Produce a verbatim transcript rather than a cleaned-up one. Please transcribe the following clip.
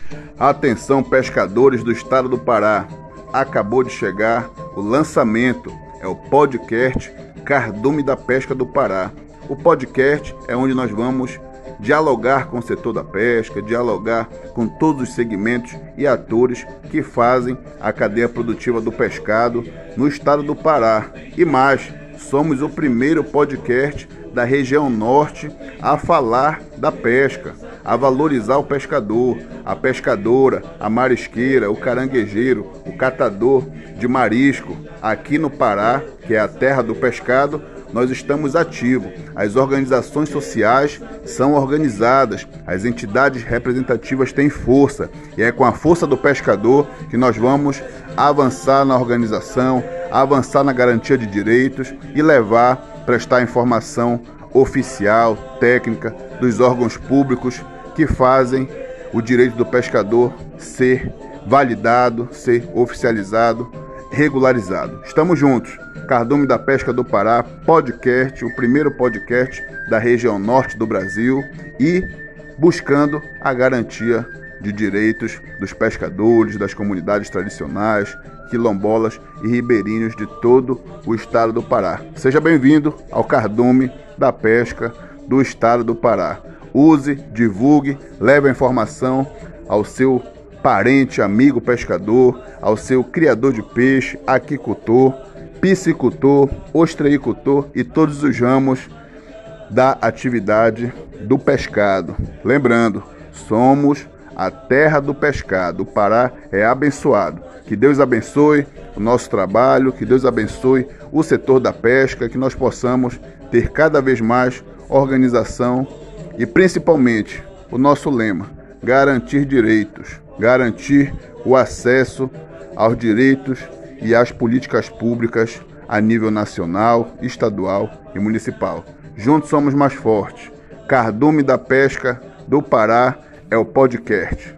Atenção, pescadores do estado do Pará, acabou de chegar o lançamento, é o podcast Cardume da Pesca do Pará. O podcast é onde nós vamos dialogar com o setor da pesca, dialogar com todos os segmentos e atores que fazem a cadeia produtiva do pescado no estado do Pará. E mais, somos o primeiro podcast da região norte a falar da pesca, a valorizar o pescador, a pescadora, a marisqueira, o caranguejeiro, o catador de marisco. Aqui no Pará, que é a terra do pescado, nós estamos ativos. As organizações sociais são organizadas, as entidades representativas têm força, e é com a força do pescador que nós vamos avançar na organização, avançar na garantia de direitos e levar, prestar informação oficial, técnica dos órgãos públicos que fazem o direito do pescador ser validado, ser oficializado, regularizado. Estamos juntos. Cardume da Pesca do Pará, podcast, o primeiro podcast da região norte do Brasil e buscando a garantia de direitos dos pescadores, das comunidades tradicionais, quilombolas e ribeirinhos de todo o estado do Pará. Seja bem-vindo ao Cardume da Pesca do estado do Pará. Use, divulgue, leve a informação ao seu parente, amigo pescador, ao seu criador de peixe, aquicultor, piscicultor, ostreicultor e todos os ramos da atividade do pescado. Lembrando, somos a terra do pescado. O Pará é abençoado. Que Deus abençoe o nosso trabalho, que Deus abençoe o setor da pesca, que nós possamos ter cada vez mais organização e principalmente o nosso lema, garantir direitos, garantir o acesso aos direitos e às políticas públicas a nível nacional, estadual e municipal. Juntos somos mais fortes. Cardume da Pesca do Pará é o podcast.